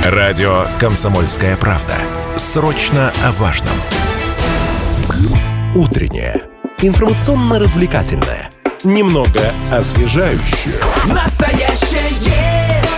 Радио «Комсомольская правда». Срочно о важном. Утреннее. Информационно-развлекательное. Немного освежающее. Настоящее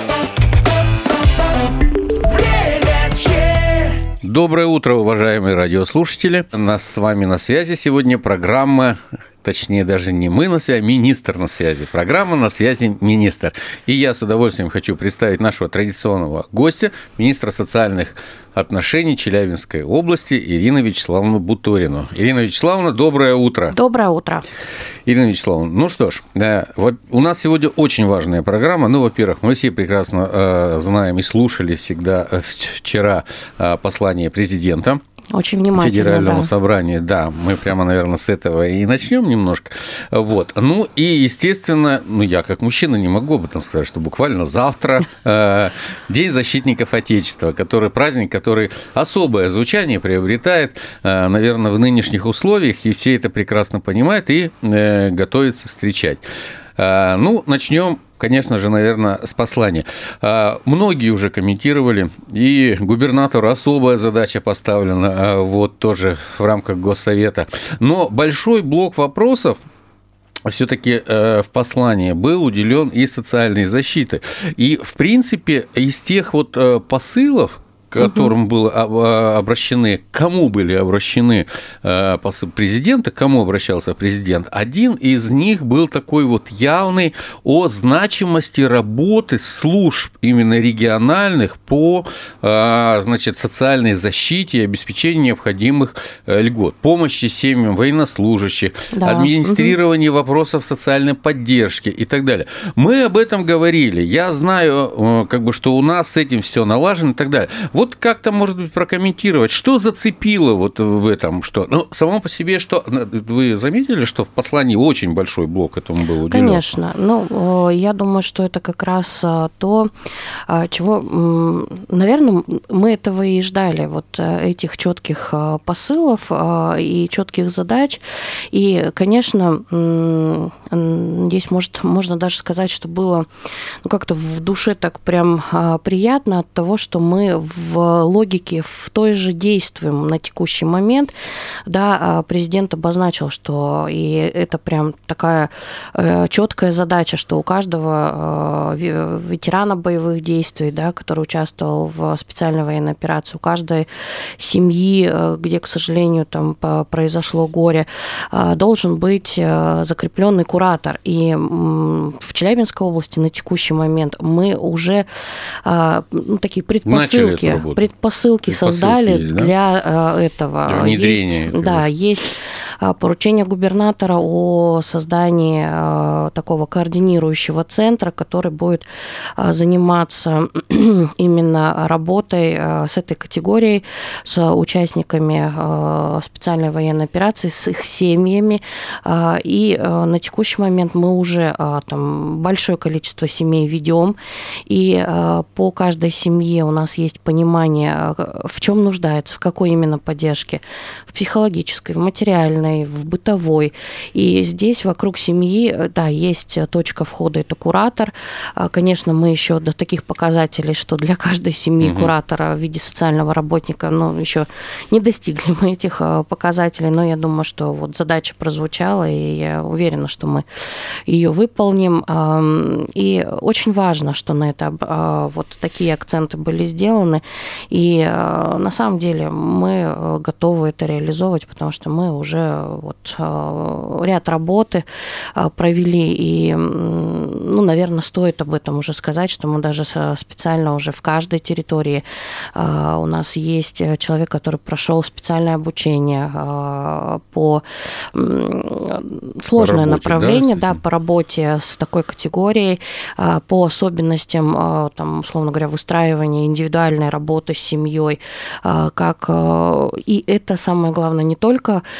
время Че. Доброе утро, уважаемые радиослушатели. Нас с вами на связи сегодня программа... Точнее, даже не мы на связи, а министр на связи. Программа «На связи министр». И я с удовольствием хочу представить нашего традиционного гостя, министра социальных отношений Челябинской области Ирину Вячеславовну Буторину. Ирина Вячеславовна, доброе утро. Доброе утро. Ирина Вячеславовна, ну что ж, у нас сегодня очень важная программа. Ну, во-первых, мы все прекрасно знаем и слушали всегда вчера послание президента. Очень внимательно, Федеральному собранию, да, мы прямо, наверное, с этого и начнем немножко. Вот. Ну и, естественно, я как мужчина не могу об этом сказать, что буквально завтра День защитников Отечества, праздник, который особое звучание приобретает, наверное, в нынешних условиях, и все это прекрасно понимают и готовятся встречать. Ну, начнем, конечно же, наверное, с послания. Многие уже комментировали, и губернатору особая задача поставлена, вот тоже в рамках Госсовета. Но большой блок вопросов все-таки в послании был уделен и социальной защите. И, в принципе, из тех вот посылов, к которым были обращены, кому были обращены посылы президента, к кому обращался президент, один из них был такой вот явный о значимости работы служб именно региональных по, значит, социальной защите и обеспечению необходимых льгот, помощи семьям военнослужащих, да. Администрирование вопросов социальной поддержки и так далее. Мы об этом говорили. Я знаю, что у нас с этим все налажено и так далее. Вот как-то, может быть, прокомментировать, что зацепило вот в этом, что... Ну, само по себе, что... Вы заметили, что в послании очень большой блок этому был уделен? Конечно. Ну, я думаю, что это как раз то, чего... Наверное, мы этого и ждали, вот этих четких посылов и четких задач. И, конечно, здесь, можно даже сказать, что было как-то в душе так прям приятно от того, что мы в логике в той же действуем на текущий момент. Да, президент обозначил, что и это прям такая четкая задача, что у каждого ветерана боевых действий, да, который участвовал в специальной военной операции, у каждой семьи, где, к сожалению, там произошло горе, должен быть закрепленный куратор. И в Челябинской области на текущий момент мы уже такие предпосылки создали есть, да? Для этого. Для внедрения этого. Есть поручение губернатора о создании такого координирующего центра, который будет заниматься именно работой с этой категорией, с участниками специальной военной операции, с их семьями. И на текущий момент мы уже там большое количество семей ведем, и по каждой семье у нас есть понимание, в чем нуждается, в какой именно поддержке, в психологической, в материальной, в бытовой. И здесь вокруг семьи, да, есть точка входа, это куратор. Конечно, мы еще до таких показателей, что для каждой семьи куратора в виде социального работника, еще не достигли мы этих показателей, но я думаю, что вот задача прозвучала, и я уверена, что мы ее выполним. И очень важно, что на это вот такие акценты были сделаны, и на самом деле мы готовы это реализовывать, потому что мы уже вот ряд работы провели, и, наверное, стоит об этом уже сказать, что мы даже специально уже в каждой территории у нас есть человек, который прошел специальное обучение по сложное направление, да, по работе с такой категорией, по особенностям, там, условно говоря, выстраивания индивидуальной работы с семьей, как и это самое главное не только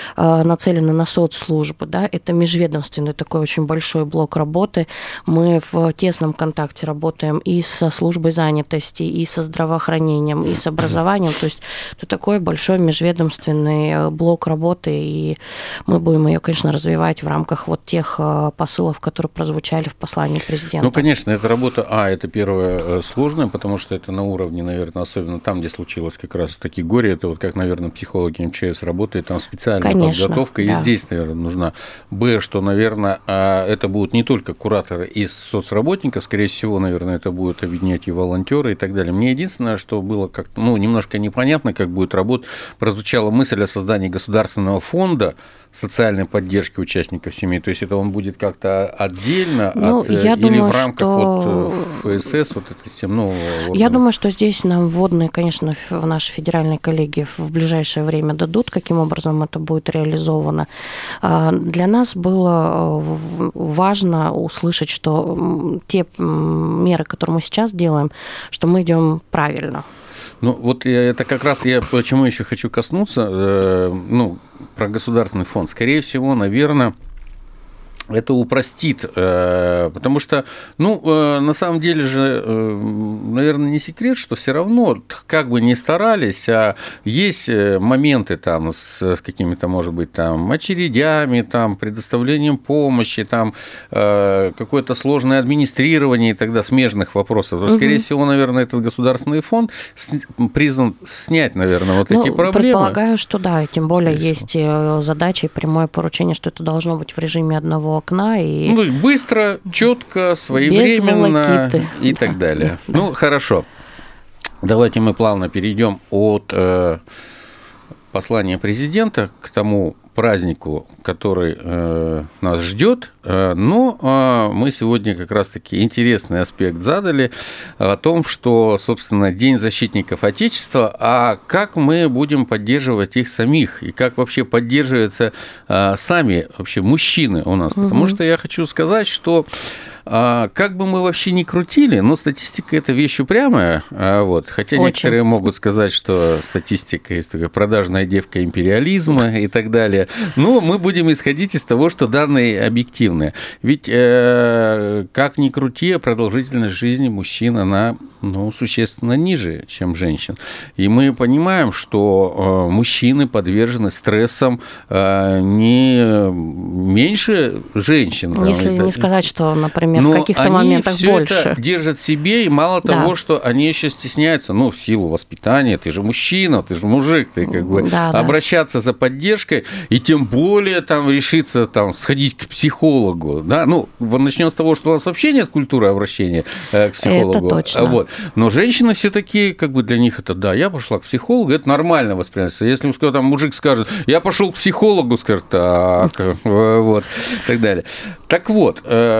нацелены на соцслужбы, да, это межведомственный такой очень большой блок работы. Мы в тесном контакте работаем и со службой занятости, и со здравоохранением, и с образованием. То есть это такой большой межведомственный блок работы, и мы будем ее, конечно, развивать в рамках вот тех посылов, которые прозвучали в послании президента. Ну, конечно, эта работа, это первое, сложная, потому что это на уровне, наверное, особенно там, где случилось как раз таки горе, это вот как, наверное, психологи МЧС работают, там специальная подготовка, да. И здесь, наверное, нужна. Что, наверное, это будут не только кураторы из соцработников, скорее всего, наверное, это будут объединять и волонтеры и так далее. Мне единственное, что было как-то, немножко непонятно, как будет работать, прозвучала мысль о создании государственного фонда социальной поддержки участников семьи, то есть это он будет как-то отдельно или в рамках ФСС, вот этой системы? Я думаю, что здесь нам вводные, конечно, наши федеральные коллеги в ближайшее время дадут, каким образом это будет реализовано. Для нас было важно услышать, что те меры, которые мы сейчас делаем, что мы идем правильно. Вот это как раз я почему еще хочу коснуться, про государственный фонд. Скорее всего, наверное, это упростит, потому что, на самом деле же, наверное, не секрет, что все равно, как бы ни старались, есть моменты там с какими-то, может быть, там очередями, там предоставлением помощи, там какое-то сложное администрирование и тогда смежных вопросов. То, скорее всего, наверное, этот государственный фонд призван снять, наверное, вот эти проблемы. Предполагаю, что да, и тем более есть задача и прямое поручение, что это должно быть в режиме одного окна. И быстро, четко, своевременно и так далее. Да. Хорошо. Давайте мы плавно перейдем от послания президента к тому празднику, который нас ждет. Но мы сегодня как раз-таки интересный аспект задали о том, что, собственно, День защитников Отечества, а как мы будем поддерживать их самих, и как вообще поддерживаются сами вообще мужчины у нас. Потому что я хочу сказать, что как бы мы вообще ни крутили, но статистика – это вещь упрямая, хотя некоторые могут сказать, что статистика есть такая продажная девка империализма и так далее, но мы будем исходить из того, что данные объективные. Ведь как ни крути, продолжительность жизни мужчин, она существенно ниже, чем женщин. И мы понимаем, что мужчины подвержены стрессам не меньше женщин. Если не сказать, что, например, в каких-то моментах больше. Они все это держат в себе, и мало того, что они еще стесняются, в силу воспитания, ты же мужчина, ты же мужик, ты обращаться за поддержкой, и тем более там решиться сходить к психологу. Да? Начнем с того, что у нас вообще нет культуры обращения к психологу. Это точно. Но женщины все-таки, для них это, я пошла к психологу, это нормально воспринимается. Если там мужик скажет, я пошел к психологу, скажет, так, и так далее. Так вот,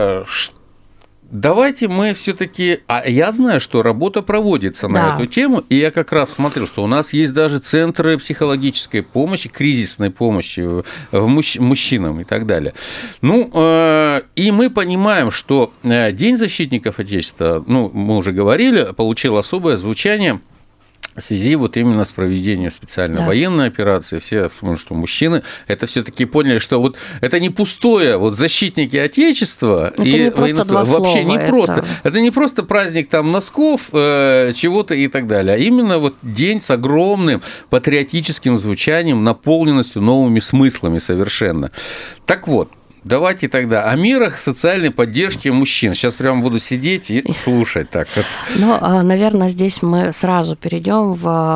давайте мы все-таки. Я знаю, что работа проводится на эту тему, и я как раз смотрю, что у нас есть даже центры психологической помощи, кризисной помощи мужчинам и так далее. И мы понимаем, что День защитников Отечества, мы уже говорили, получил особое звучание в связи именно с проведением специальной военной операции. Все вспомнили, что мужчины это все-таки поняли, что это не пустое, защитники Отечества. Это и не просто два вообще слова, не просто. Это не просто праздник носков, чего-то и так далее, а именно день с огромным патриотическим звучанием, наполненностью новыми смыслами совершенно. Так вот, давайте тогда о мерах социальной поддержки мужчин. Сейчас прямо буду сидеть и слушать. Наверное, здесь мы сразу перейдем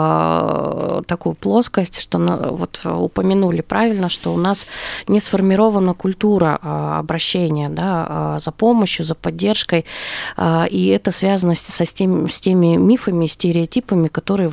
в такую плоскость, что упомянули правильно, что у нас не сформирована культура обращения за помощью, за поддержкой, и это связано с теми мифами, стереотипами, которые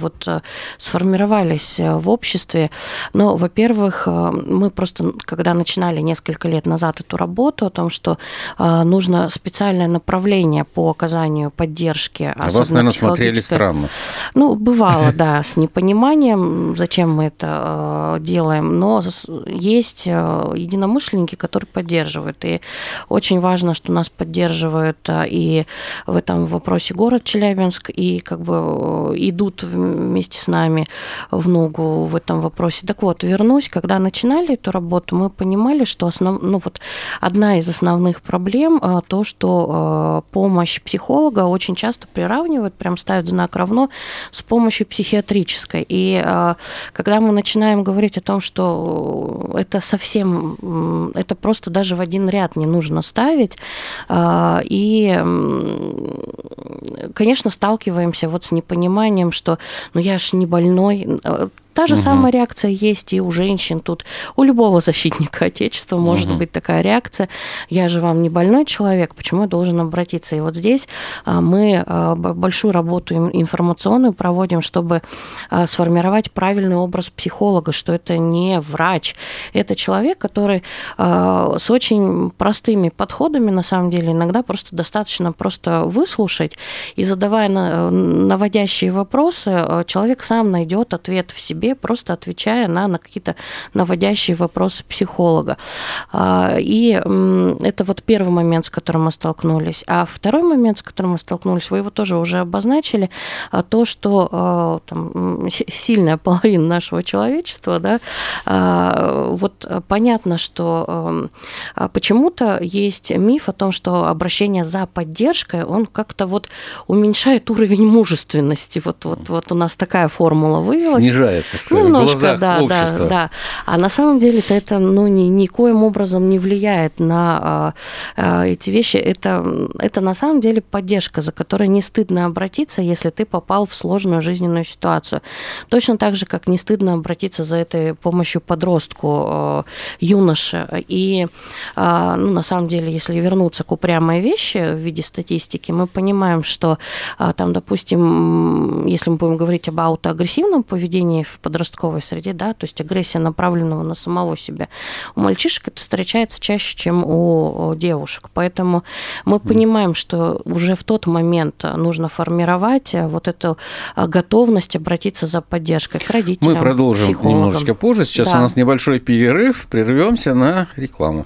сформировались в обществе. Но, во-первых, мы просто, когда начинали несколько лет назад назад эту работу, о том, что нужно специальное направление по оказанию поддержки. А вас, наверное, смотрели странно. Ну, бывало, да, с непониманием, зачем мы это делаем, но есть единомышленники, которые поддерживают. И очень важно, что нас поддерживают и в этом вопросе город Челябинск, и как бы идут вместе с нами в ногу в этом вопросе. Так вот, вернусь, когда начинали эту работу, мы понимали, что одна из основных проблем то, что помощь психолога очень часто приравнивают, прям ставят знак равно с помощью психиатрической. И когда мы начинаем говорить о том, что это совсем, это просто даже в один ряд не нужно ставить, и, конечно, сталкиваемся вот с непониманием, что я ж не больной. Та же самая реакция есть и у женщин. Тут у любого защитника Отечества может быть такая реакция. Я же вам не больной человек, почему я должен обратиться? И вот здесь мы большую работу информационную проводим, чтобы сформировать правильный образ психолога, что это не врач. Это человек, который с очень простыми подходами, на самом деле, иногда просто достаточно просто выслушать и, задавая наводящие вопросы, человек сам найдет ответ в себе, просто отвечая на какие-то наводящие вопросы психолога. И это вот первый момент, с которым мы столкнулись. А второй момент, с которым мы столкнулись, вы его тоже уже обозначили, то, что там, сильная половина нашего человечества, да, вот понятно, что почему-то есть миф о том, что обращение за поддержкой, он как-то вот уменьшает уровень мужественности. Вот у нас такая формула вывелась. Снижает. Немножко, да. А на самом деле это никоим образом не влияет на эти вещи. Это на самом деле поддержка, за которой не стыдно обратиться, если ты попал в сложную жизненную ситуацию. Точно так же, как не стыдно обратиться за этой помощью подростку, юноше. И на самом деле, если вернуться к упрямой вещи в виде статистики, мы понимаем, что там, допустим, если мы будем говорить об аутоагрессивном поведении в подростковой среде, да, то есть агрессия, направленного на самого себя, у мальчишек это встречается чаще, чем у девушек. Поэтому мы понимаем, что уже в тот момент нужно формировать вот эту готовность обратиться за поддержкой к родителям, мы продолжим психологам. Немножечко позже. Сейчас у нас небольшой перерыв. Прервемся на рекламу.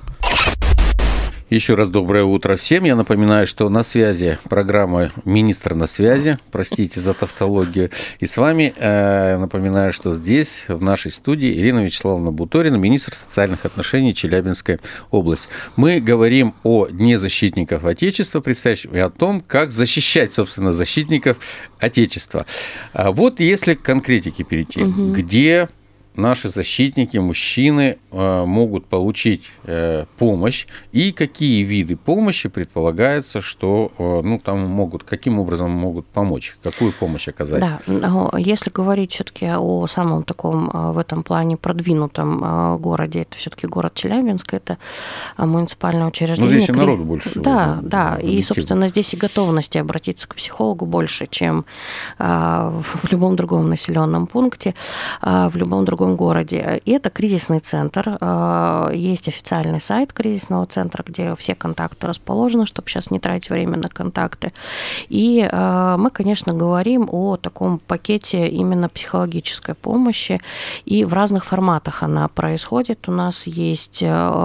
Еще раз доброе утро всем. Я напоминаю, что на связи программа «Министр на связи». Простите за тавтологию. И с вами напоминаю, что здесь, в нашей студии, Ирина Вячеславовна Буторина, министр социальных отношений Челябинской области. Мы говорим о Дне защитников Отечества, и о том, как защищать, собственно, защитников Отечества. Вот если к конкретике перейти, где наши защитники, мужчины, могут получить помощь, и какие виды помощи предполагается, что каким образом могут помочь, какую помощь оказать? Да, если говорить все-таки о самом таком в этом плане продвинутом городе, это все-таки город Челябинск, это муниципальное учреждение. Здесь и народу больше всего. Да, и, собственно, здесь и готовности обратиться к психологу больше, чем в любом другом населенном пункте, в любом другом городе. И это кризисный центр. Есть официальный сайт кризисного центра, где все контакты расположены, чтобы сейчас не тратить время на контакты. И мы, конечно, говорим о таком пакете именно психологической помощи, и в разных форматах она происходит. У нас есть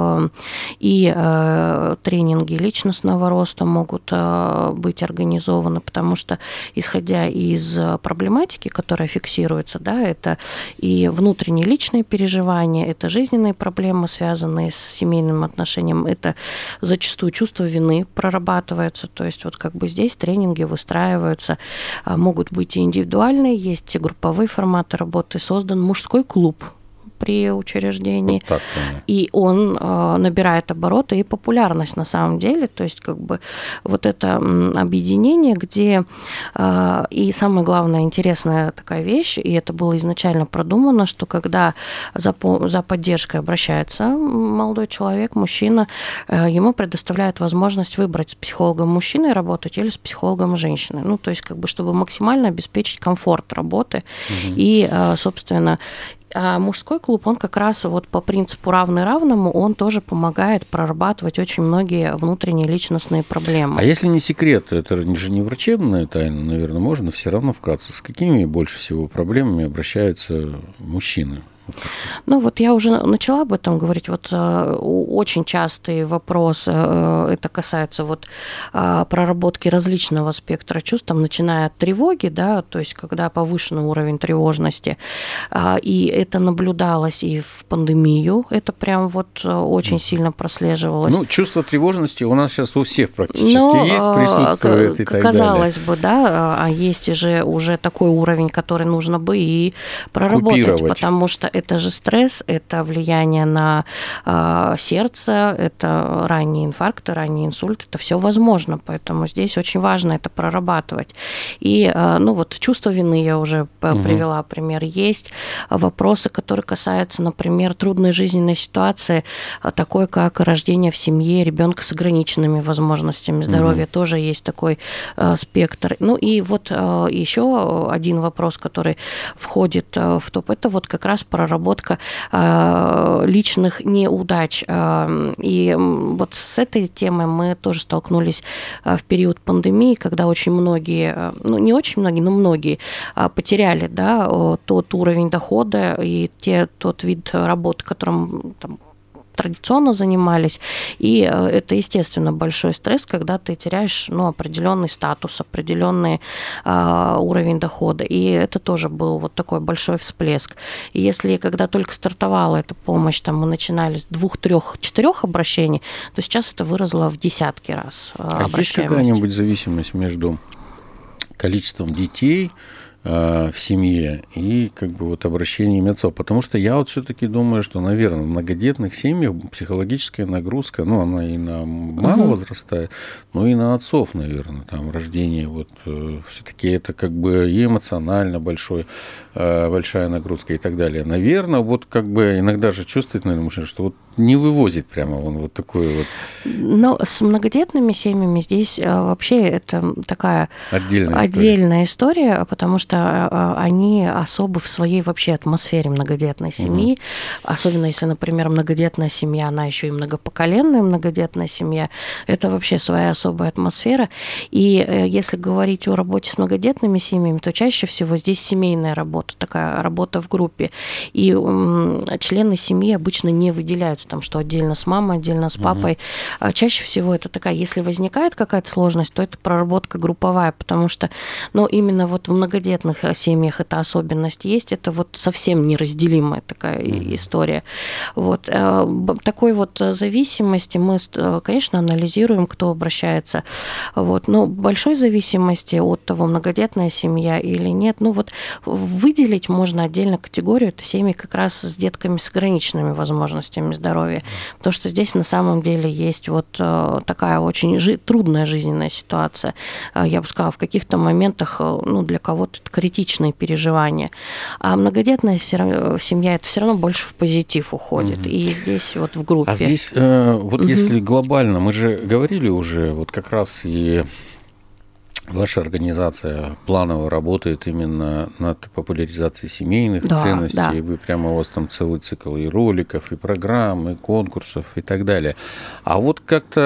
и тренинги личностного роста могут быть организованы, потому что, исходя из проблематики, которая фиксируется, да, это и внутренние личные переживания, это жизненные проблемы, связанные с семейным отношением, это зачастую чувство вины прорабатывается, то есть вот как бы здесь тренинги выстраиваются, могут быть и индивидуальные, есть и групповые форматы работы, создан мужской клуб при учреждении, вот так, и он набирает обороты и популярность на самом деле, то есть как бы вот это объединение, где и самое главное, интересная такая вещь, и это было изначально продумано, что когда за поддержкой обращается молодой человек, мужчина, ему предоставляют возможность выбрать с психологом мужчиной работать или с психологом женщиной, ну то есть как бы чтобы максимально обеспечить комфорт работы и, собственно, А мужской клуб, он как раз вот по принципу равный равному, он тоже помогает прорабатывать очень многие внутренние личностные проблемы. А если не секрет, это же не врачебная тайна, наверное, можно все равно вкратце. С какими больше всего проблемами обращаются мужчины? Ну, вот я уже начала об этом говорить. Вот очень частый вопрос, это касается вот проработки различного спектра чувств, там, начиная от тревоги, да, то есть когда повышенный уровень тревожности, и это наблюдалось и в пандемию, это прям вот очень сильно прослеживалось. Ну, чувство тревожности у нас сейчас у всех практически есть, присутствует и так далее. Казалось бы, да, а есть же уже такой уровень, который нужно бы и проработать, потому что это же стресс, это влияние на сердце, это ранние инфаркты, ранние инсульты, это все возможно, поэтому здесь очень важно это прорабатывать. И, ну вот, чувство вины я уже привела пример. Есть вопросы, которые касаются, например, трудной жизненной ситуации, такой как рождение в семье ребенка с ограниченными возможностями здоровья, тоже есть такой спектр. Ну и вот еще один вопрос, который входит в топ, это вот как раз проработка личных неудач. И вот с этой темой мы тоже столкнулись в период пандемии, когда очень многие, ну не очень многие, но многие потеряли, да, тот уровень дохода и тот вид работы, которым там традиционно занимались, и это, естественно, большой стресс, когда ты теряешь, ну, определенный статус, определенный уровень дохода, и это тоже был вот такой большой всплеск. И если когда только стартовала эта помощь, там мы начинали с 2, 3, 4 обращений, то сейчас это выросло в десятки раз. А есть какая-нибудь зависимость между количеством детей в семье и как бы вот обращением отцов? Потому что я вот все-таки думаю, что, наверное, в многодетных семьях психологическая нагрузка, ну, она и на маму возрастает, но и на отцов, наверное, там рождение вот все-таки это как бы и эмоционально большая нагрузка и так далее. Наверное, вот как бы иногда же чувствует, наверное, мужчина, что вот не вывозит прямо он вот такой вот. Но с многодетными семьями здесь вообще это такая отдельная история, потому что они особы в своей вообще атмосфере многодетной семьи, особенно если, например, многодетная семья, она еще и многопоколенная многодетная семья, это вообще своя особая атмосфера. И если говорить о работе с многодетными семьями, то чаще всего здесь семейная работа, такая работа в группе. И члены семьи обычно не выделяются, там, что отдельно с мамой, отдельно с папой. Чаще всего это такая, если возникает какая-то сложность, то это проработка групповая, потому что, ну, именно вот в многодетных семьях эта особенность есть, это вот совсем неразделимая такая история. Вот. Такой вот зависимости мы, конечно, анализируем, кто обращается. Вот. Но большой зависимости от того, многодетная семья или нет, ну вот выделить можно отдельно категорию, это семьи как раз с детками с ограниченными возможностями здоровья, потому что здесь на самом деле есть вот такая очень трудная жизненная ситуация. Я бы сказала, в каких-то моментах, ну, для кого-то это критичные переживания. А многодетная семья, это все равно больше в позитив уходит. И здесь вот в группе. А здесь вот если глобально, мы же говорили уже, вот как раз и ваша организация планово работает именно над популяризацией семейных ценностей. Да. Вы прямо, у вас там целый цикл и роликов, и программ, и конкурсов, и так далее. А вот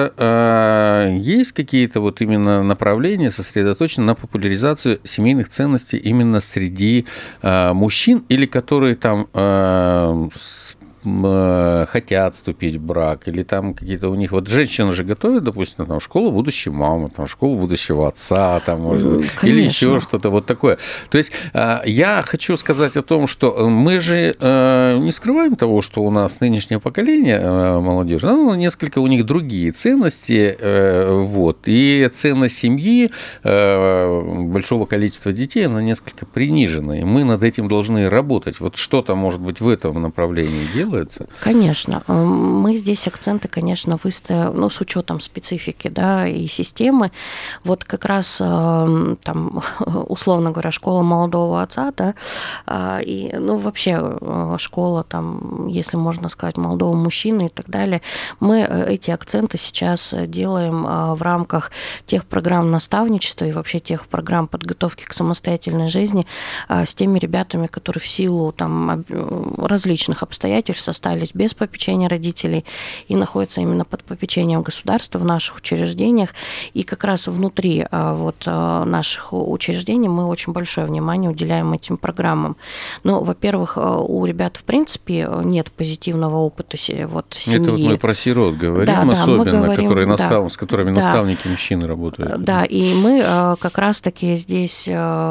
как-то есть какие-то вот именно направления, сосредоточены на популяризацию семейных ценностей именно среди мужчин, или которые там хотят вступить в брак, или там какие-то у них... Вот женщины же готовят, допустим, там, школу будущей мамы, там, школу будущего отца, там, может, или еще что-то вот такое. То есть я хочу сказать о том, что мы же не скрываем того, что у нас нынешнее поколение молодежи, оно несколько у них другие ценности, вот, и ценность семьи, большого количества детей, она несколько принижена, и мы над этим должны работать. Вот что-то, может быть, в этом направлении делать? делается? Конечно. Мы здесь акценты, конечно, выставили, ну, с учетом специфики, да, и системы. Вот как раз там, условно говоря, школа молодого отца, да, и, ну, вообще школа, там, если можно сказать, молодого мужчины и так далее. Мы эти акценты сейчас делаем в рамках тех программ наставничества и вообще тех программ подготовки к самостоятельной жизни с теми ребятами, которые в силу там различных обстоятельств остались без попечения родителей и находятся именно под попечением государства в наших учреждениях. И как раз внутри вот наших учреждений мы очень большое внимание уделяем этим программам. Но, во-первых, у ребят в принципе нет позитивного опыта вот семьи. Это вот мы про сирот говорим, да, особенно, говорим, которые с которыми да, наставники мужчины работают. Да, и мы как раз-таки здесь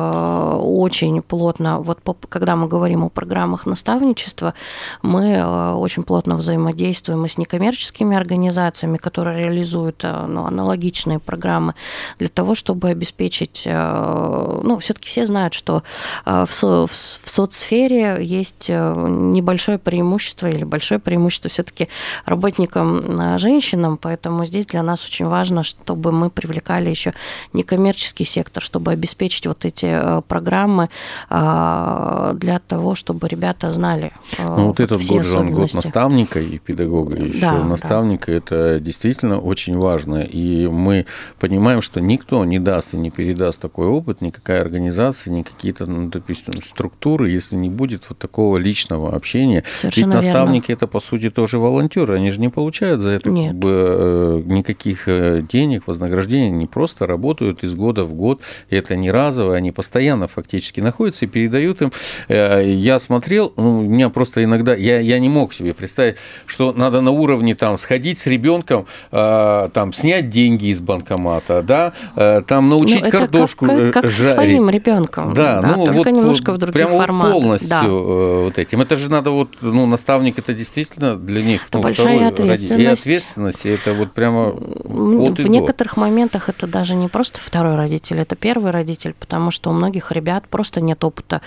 очень плотно, вот когда мы говорим о программах наставничества, мы очень плотно взаимодействуем и с некоммерческими организациями, которые реализуют аналогичные программы для того, чтобы обеспечить, ну, все-таки все знают, что в соцсфере есть небольшое преимущество или большое преимущество все-таки работникам, женщинам, поэтому здесь для нас очень важно, чтобы мы привлекали еще некоммерческий сектор, чтобы обеспечить вот эти программы для того, чтобы ребята знали. Ну, вот этот все год же он год наставника и педагога еще. Да, наставника да. Это действительно очень важно. И мы понимаем, что никто не даст и не передаст такой опыт, никакая организация, ни какие-то, ну, допустим, структуры, если не будет вот такого личного общения. Совершенно ведь наставники верно. Это, по сути, тоже волонтеры. Они же не получают за это как бы никаких денег, вознаграждений. Они просто работают из года в год. И это не разово, они постоянно фактически находятся и передают им. Я смотрел, ну, у меня просто иногда, я не мог себе представить, что надо на уровне там сходить с ребенком, там снять деньги из банкомата, да, там научить картошку жарить. Как со своим ребенком. Да, ну только вот немножко в других прямо форматах. Вот полностью вот этим. Это же надо вот, ну, наставник это действительно для них большая ответственность. И ответственность, это вот прямо от и в некоторых моментах это даже не просто второй родитель, это первый родитель, потому что у многих ребят просто нет опыта,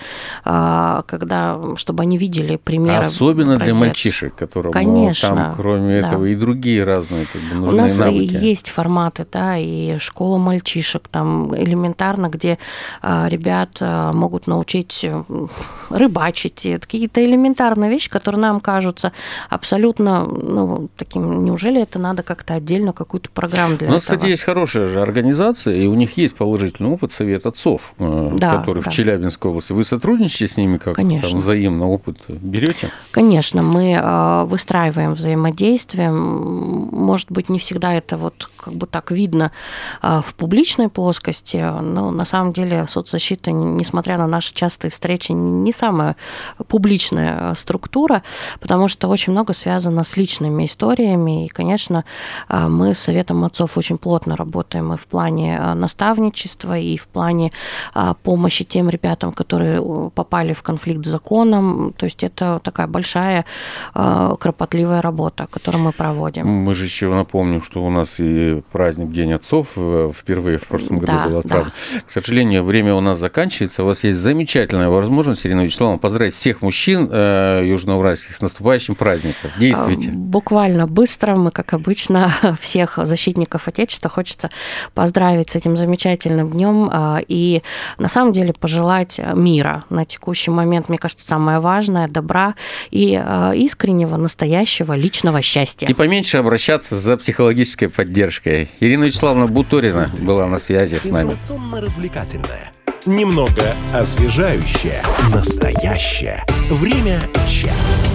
когда, чтобы они видели примеры. Особенно для мальчишек, которым, конечно, там, кроме этого, и другие разные как бы, нужные навыки. У нас есть форматы, да, и школа мальчишек, там элементарно, где ребят могут научить рыбачить, какие-то элементарные вещи, которые нам кажутся абсолютно, ну, таким, неужели это надо как-то отдельно какую-то программу для этого? У нас, кстати, есть хорошая же организация, и у них есть положительный опыт Совет отцов, который в Челябинской области. Вы сотрудничаете с ними как-то, там, взаимно опыт берете? Конечно, мы выстраиваем взаимодействие. Может быть, не всегда это вот как бы так видно в публичной плоскости, но на самом деле соцзащита, несмотря на наши частые встречи, не самая публичная структура, потому что очень много связано с личными историями. И, конечно, мы с Советом отцов очень плотно работаем и в плане наставничества, и в плане помощи тем ребятам, которые попали в конфликт с законом. То есть это такая большая, кропотливая работа, которую мы проводим. Мы же еще напомним, что у нас и праздник День отцов впервые в прошлом году был отправлен. Да. К сожалению, время у нас заканчивается. У вас есть замечательная возможность, Ирина Вячеславовна, поздравить всех мужчин южноуральских с наступающим праздником. Действуйте. Буквально быстро. Мы, как обычно, всех защитников Отечества хочется поздравить с этим замечательным днем и, на самом деле, пожелать мира. На текущий момент, мне кажется, самое важное – добра и искреннего, настоящего личного счастья. И поменьше обращаться за психологической поддержкой. Ирина Вячеславовна Буторина была на связи с нами. Информационно-развлекательная. Немного освежающее. Настоящее. Время чат.